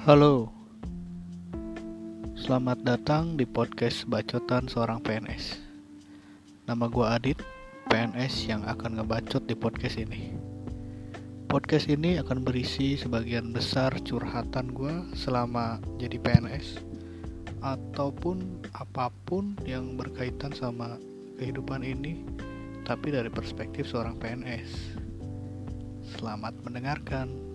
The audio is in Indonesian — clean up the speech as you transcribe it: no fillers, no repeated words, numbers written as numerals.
Halo, selamat datang di podcast Bacotan Seorang PNS. Nama gue Adit, PNS yang akan ngebacot di podcast ini. Podcast ini akan berisi sebagian besar curhatan gue selama jadi PNS, ataupun apapun yang berkaitan sama kehidupan ini, tapi dari perspektif seorang PNS. Selamat mendengarkan.